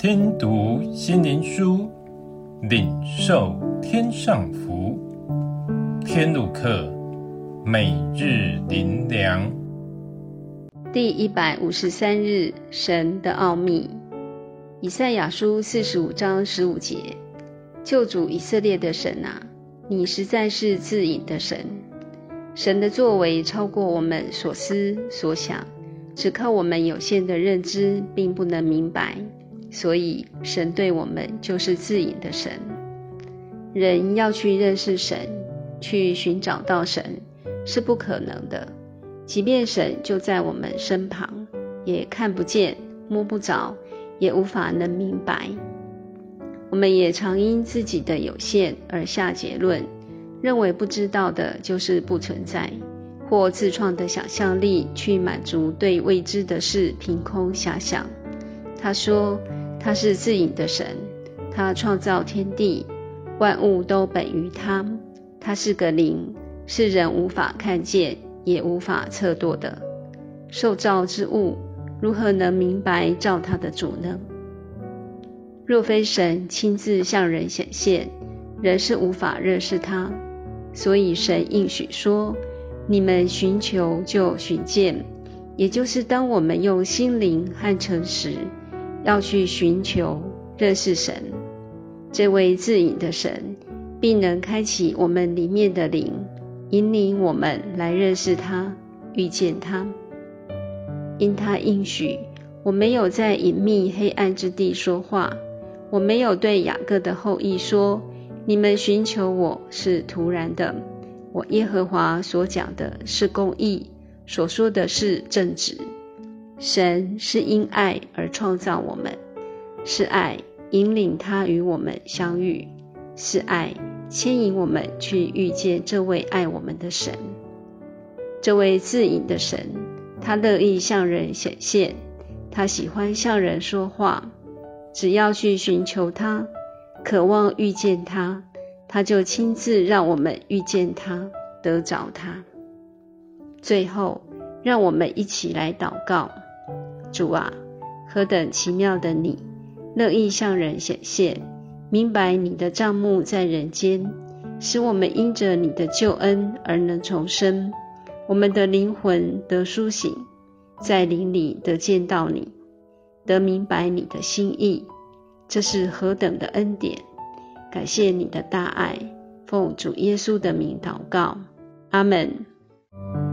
听读心灵书，领受天上福。天路客，每日灵粮。 第153日，神的奥秘。以赛亚书45章15节，救主以色列的神啊，你实在是自隐的神。神的作为超过我们所思所想，只靠我们有限的认知并不能明白，所以神对我们就是自隐的神。人要去认识神，去寻找到神是不可能的，即便神就在我们身旁，也看不见摸不着，也无法能明白。我们也常因自己的有限而下结论，认为不知道的就是不存在，或自创的想象力去满足对未知的事凭空遐想。他说他是自隐的神，他创造天地，万物都本于他，他是个灵，是人无法看见也无法测度的。受造之物如何能明白造他的主呢？若非神亲自向人显现，人是无法认识他。所以神应许说，你们寻求就寻见，也就是当我们用心灵和诚实要去寻求认识神，这位自隐的神必能开启我们里面的灵，引领我们来认识他，遇见他。因他应许，我没有在隐秘黑暗之地说话，我没有对雅各的后裔说，你们寻求我是突然的，我耶和华所讲的是公义，所说的是正直。神是因爱而创造我们，是爱引领他与我们相遇，是爱牵引我们去遇见这位爱我们的神。这位自隐的神，他乐意向人显现，他喜欢向人说话，只要去寻求他，渴望遇见他，他就亲自让我们遇见他，得着他。最后，让我们一起来祷告。主啊，何等奇妙的你，乐意向人显现，明白你的帐幕在人间，使我们因着你的救恩而能重生，我们的灵魂得苏醒，在灵里得见到你，得明白你的心意。这是何等的恩典！感谢你的大爱，奉主耶稣的名祷告，阿们。